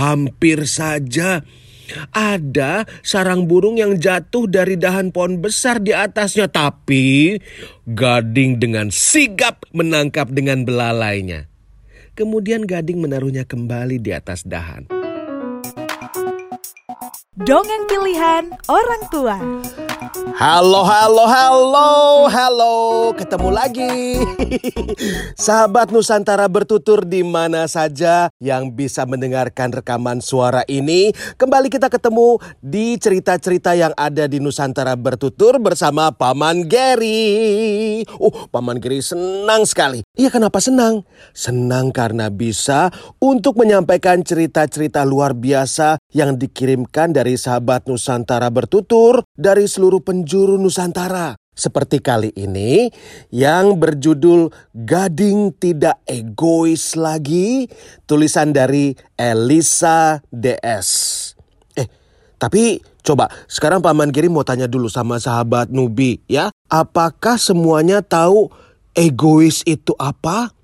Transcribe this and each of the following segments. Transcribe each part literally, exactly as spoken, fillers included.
hampir saja. Ada sarang burung yang jatuh dari dahan pohon besar di atasnya, tapi Gading dengan sigap menangkap dengan belalainya. Kemudian Gading menaruhnya kembali di atas dahan. Dongeng pilihan orang tua. Halo, halo, halo, halo, ketemu lagi. Sahabat Nusantara bertutur di mana saja yang bisa mendengarkan rekaman suara ini. Kembali kita ketemu di cerita-cerita yang ada di Nusantara bertutur bersama Paman Geri. Oh, Paman Geri senang sekali. Iya, kenapa senang? Senang karena bisa untuk menyampaikan cerita-cerita luar biasa yang dikirimkan dari sahabat Nusantara bertutur dari seluruh penjuru Nusantara. Seperti kali ini yang berjudul Gading Tidak Egois Lagi, tulisan dari Elisa D S. Eh, tapi coba sekarang Paman Geri mau tanya dulu sama sahabat Nubi ya. Apakah semuanya tahu egois itu apa?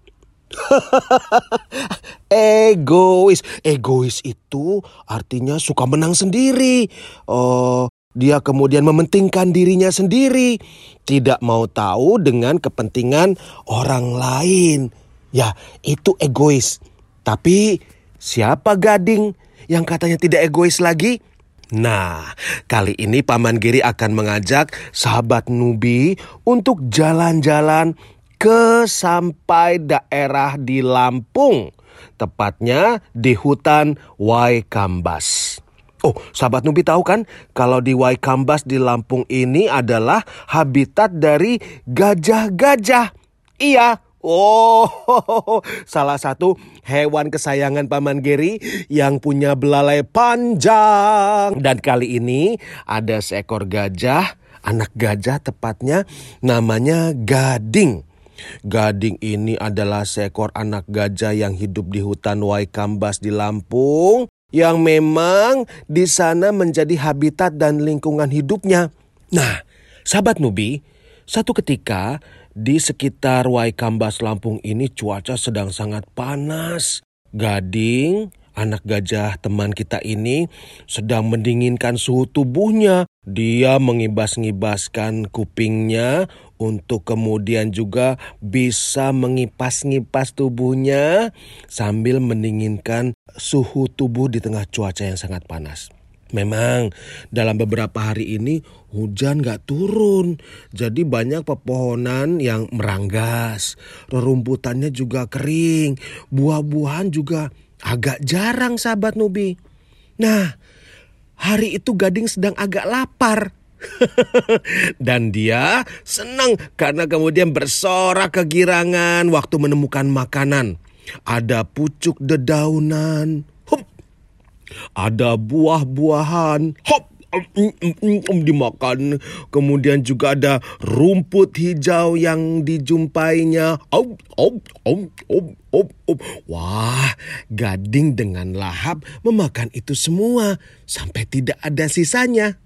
Egois, egois itu artinya suka menang sendiri. Oh, dia kemudian mementingkan dirinya sendiri, tidak mau tahu dengan kepentingan orang lain. Ya, itu egois. Tapi siapa Gading yang katanya tidak egois lagi? Nah, kali ini Paman Geri akan mengajak sahabat Nubi untuk jalan-jalan ke sampai daerah di Lampung, tepatnya di hutan Waikambas. Oh, sahabat Nubi tahu kan kalau di Waikambas di Lampung ini adalah habitat dari gajah-gajah. Iya, oh, salah satu hewan kesayangan Paman Geri yang punya belalai panjang. Dan kali ini ada seekor gajah, anak gajah tepatnya namanya Gading. Gading ini adalah seekor anak gajah yang hidup di hutan Waikambas di Lampung, yang memang di sana menjadi habitat dan lingkungan hidupnya. Nah, sahabat Nubi, satu ketika di sekitar Waikambas Lampung ini cuaca sedang sangat panas. Gading, anak gajah teman kita ini, sedang mendinginkan suhu tubuhnya. Dia mengibas-ngibaskan kupingnya untuk kemudian juga bisa mengipas-ngipas tubuhnya sambil mendinginkan suhu tubuh di tengah cuaca yang sangat panas. Memang dalam beberapa hari ini hujan gak turun, jadi banyak pepohonan yang meranggas, rerumputannya juga kering, buah-buahan juga agak jarang sahabat Nubi. Nah, hari itu Gading sedang agak lapar. Dan dia senang karena kemudian bersorak kegirangan waktu menemukan makanan. Ada pucuk dedaunan, hop. Ada buah-buahan, hop, dimakan. Kemudian juga ada rumput hijau yang dijumpainya. Op, op, op, op, op, op. Wah, Gading dengan lahap memakan itu semua sampai tidak ada sisanya.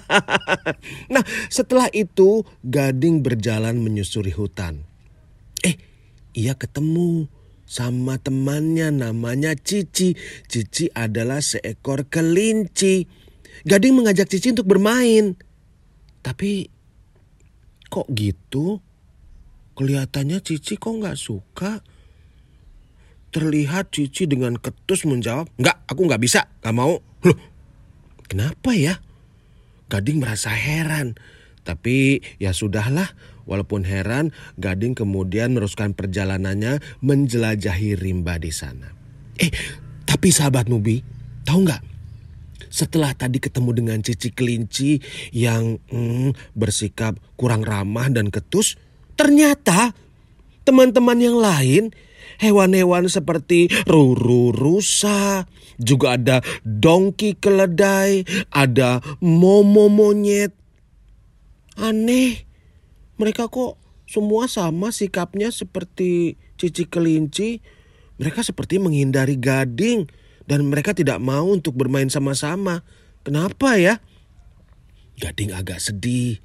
Nah, setelah itu Gading berjalan menyusuri hutan. Eh, ia ketemu sama temannya namanya Cici. Cici adalah seekor kelinci. Gading mengajak Cici untuk bermain. Tapi kok gitu? Kelihatannya Cici kok gak suka. Terlihat Cici dengan ketus menjawab, "Enggak, aku gak bisa, gak mau." Loh, kenapa ya? Gading merasa heran. Tapi ya sudahlah, walaupun heran, Gading kemudian meneruskan perjalanannya menjelajahi rimba di sana. Eh, tapi sahabat Nubi, tahu nggak? Setelah tadi ketemu dengan Cici kelinci yang hmm, bersikap kurang ramah dan ketus, ternyata teman-teman yang lain, hewan-hewan seperti ruru rusa, juga ada dongki keledai, ada momo monyet. Aneh, mereka kok semua sama sikapnya seperti Cici kelinci. Mereka seperti menghindari Gading dan mereka tidak mau untuk bermain sama-sama. Kenapa ya? Gading agak sedih.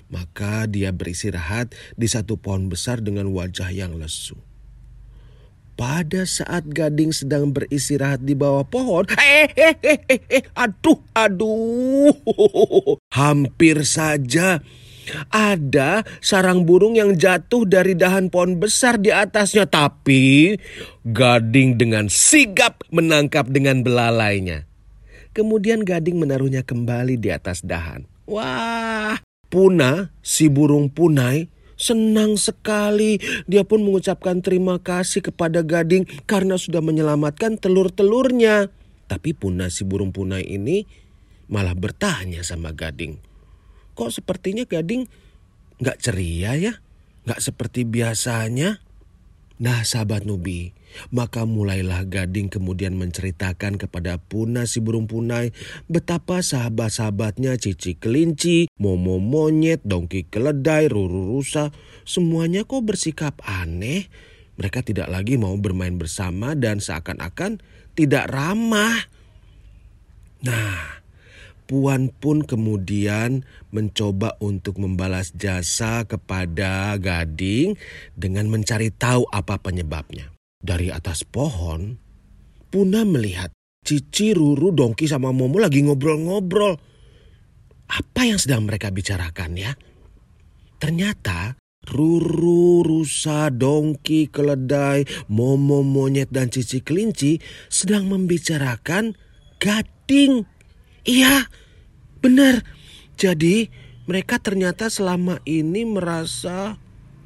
Maka dia beristirahat di satu pohon besar dengan wajah yang lesu. Pada saat Gading sedang beristirahat di bawah pohon, eh, eh, eh, eh, eh, aduh, aduh, hampir saja ada sarang burung yang jatuh dari dahan pohon besar di atasnya. Tapi Gading dengan sigap menangkap dengan belalainya. Kemudian Gading menaruhnya kembali di atas dahan. Wah, Puna, si burung punai, senang sekali. Dia pun mengucapkan terima kasih kepada Gading karena sudah menyelamatkan telur-telurnya. Tapi Puna, si burung punai ini malah bertanya sama Gading. Kok sepertinya Gading gak ceria ya? Gak seperti biasanya? Nah sahabat Nubi, maka mulailah Gading kemudian menceritakan kepada Puna si burung punai betapa sahabat-sahabatnya Cici kelinci, Momo monyet, Dongki keledai, Ruru rusa, semuanya kok bersikap aneh. Mereka tidak lagi mau bermain bersama dan seakan-akan tidak ramah. Nah, Puan pun kemudian mencoba untuk membalas jasa kepada Gading dengan mencari tahu apa penyebabnya. Dari atas pohon, Puna melihat Cici, Ruru, Dongki sama Momo lagi ngobrol-ngobrol. Apa yang sedang mereka bicarakan ya? Ternyata Ruru, rusa, Dongki, keledai, Momo, monyet, dan Cici kelinci sedang membicarakan Gading. Iya, benar. Jadi mereka ternyata selama ini merasa,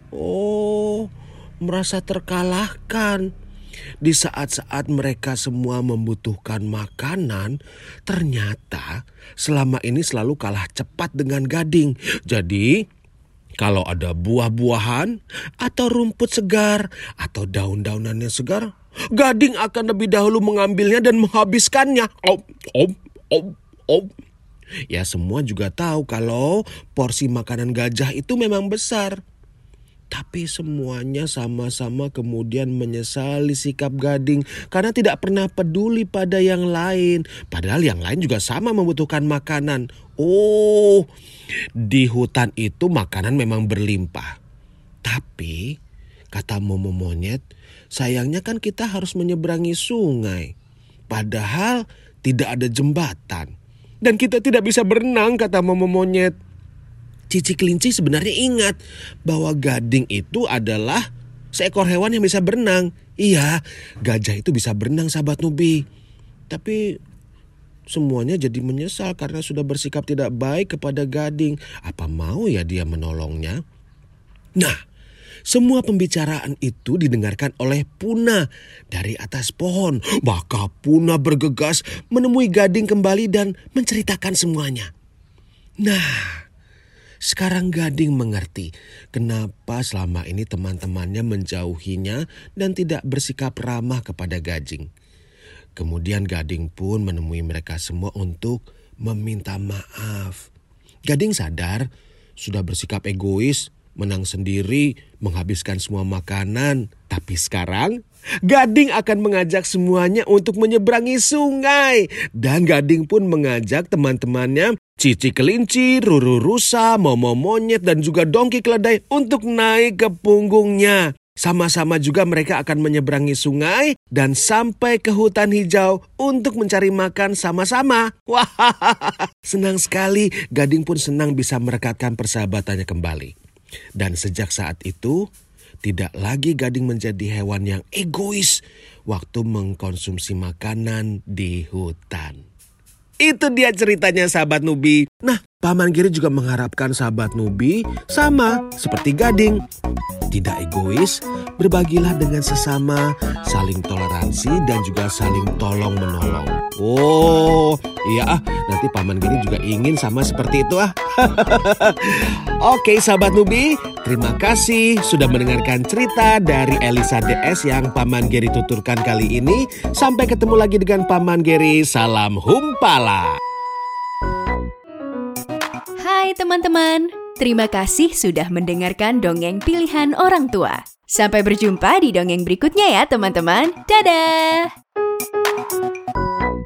oh, merasa terkalahkan. Di saat-saat mereka semua membutuhkan makanan, ternyata selama ini selalu kalah cepat dengan Gading. Jadi kalau ada buah-buahan atau rumput segar atau daun-daunan yang segar, Gading akan lebih dahulu mengambilnya dan menghabiskannya. Om, om, om. Oh, ya semua juga tahu kalau porsi makanan gajah itu memang besar. Tapi semuanya sama-sama kemudian menyesali sikap Gading karena tidak pernah peduli pada yang lain. Padahal yang lain juga sama membutuhkan makanan. Oh, di hutan itu makanan memang berlimpah. Tapi, kata Momo monyet, sayangnya kan kita harus menyeberangi sungai. Padahal tidak ada jembatan. Dan kita tidak bisa berenang, kata Momo monyet. Cici kelinci sebenarnya ingat bahwa Gading itu adalah seekor hewan yang bisa berenang. Iya, gajah itu bisa berenang sahabat Nubi. Tapi semuanya jadi menyesal karena sudah bersikap tidak baik kepada Gading. Apa mau ya dia menolongnya? Nah, semua pembicaraan itu didengarkan oleh Puna dari atas pohon. Maka Puna bergegas menemui Gading kembali dan menceritakan semuanya. Nah, sekarang Gading mengerti kenapa selama ini teman-temannya menjauhinya dan tidak bersikap ramah kepada Gading. Kemudian Gading pun menemui mereka semua untuk meminta maaf. Gading sadar sudah bersikap egois, menang sendiri, menghabiskan semua makanan. Tapi sekarang Gading akan mengajak semuanya untuk menyeberangi sungai. Dan Gading pun mengajak teman-temannya Cici kelinci, Ruru rusa, Momo monyet, dan juga Dongki keledai untuk naik ke punggungnya. Sama-sama juga mereka akan menyeberangi sungai dan sampai ke hutan hijau untuk mencari makan sama-sama. Wah, senang sekali. Gading pun senang bisa merekatkan persahabatannya kembali. Dan sejak saat itu, tidak lagi Gading menjadi hewan yang egois waktu mengkonsumsi makanan di hutan. Itu dia ceritanya sahabat Nubi. Nah, Paman Giri juga mengharapkan sahabat Nubi sama seperti Gading. Tidak egois, berbagilah dengan sesama, saling toleransi dan juga saling tolong menolong. Oh, iya ah, nanti Paman Giri juga ingin sama seperti itu ah. Oke sahabat Nubi, terima kasih sudah mendengarkan cerita dari Elisa D S yang Paman Giri tuturkan kali ini. Sampai ketemu lagi dengan Paman Giri, salam humpala. Hai teman-teman, terima kasih sudah mendengarkan dongeng pilihan orang tua. Sampai berjumpa di dongeng berikutnya ya teman-teman. Dadah!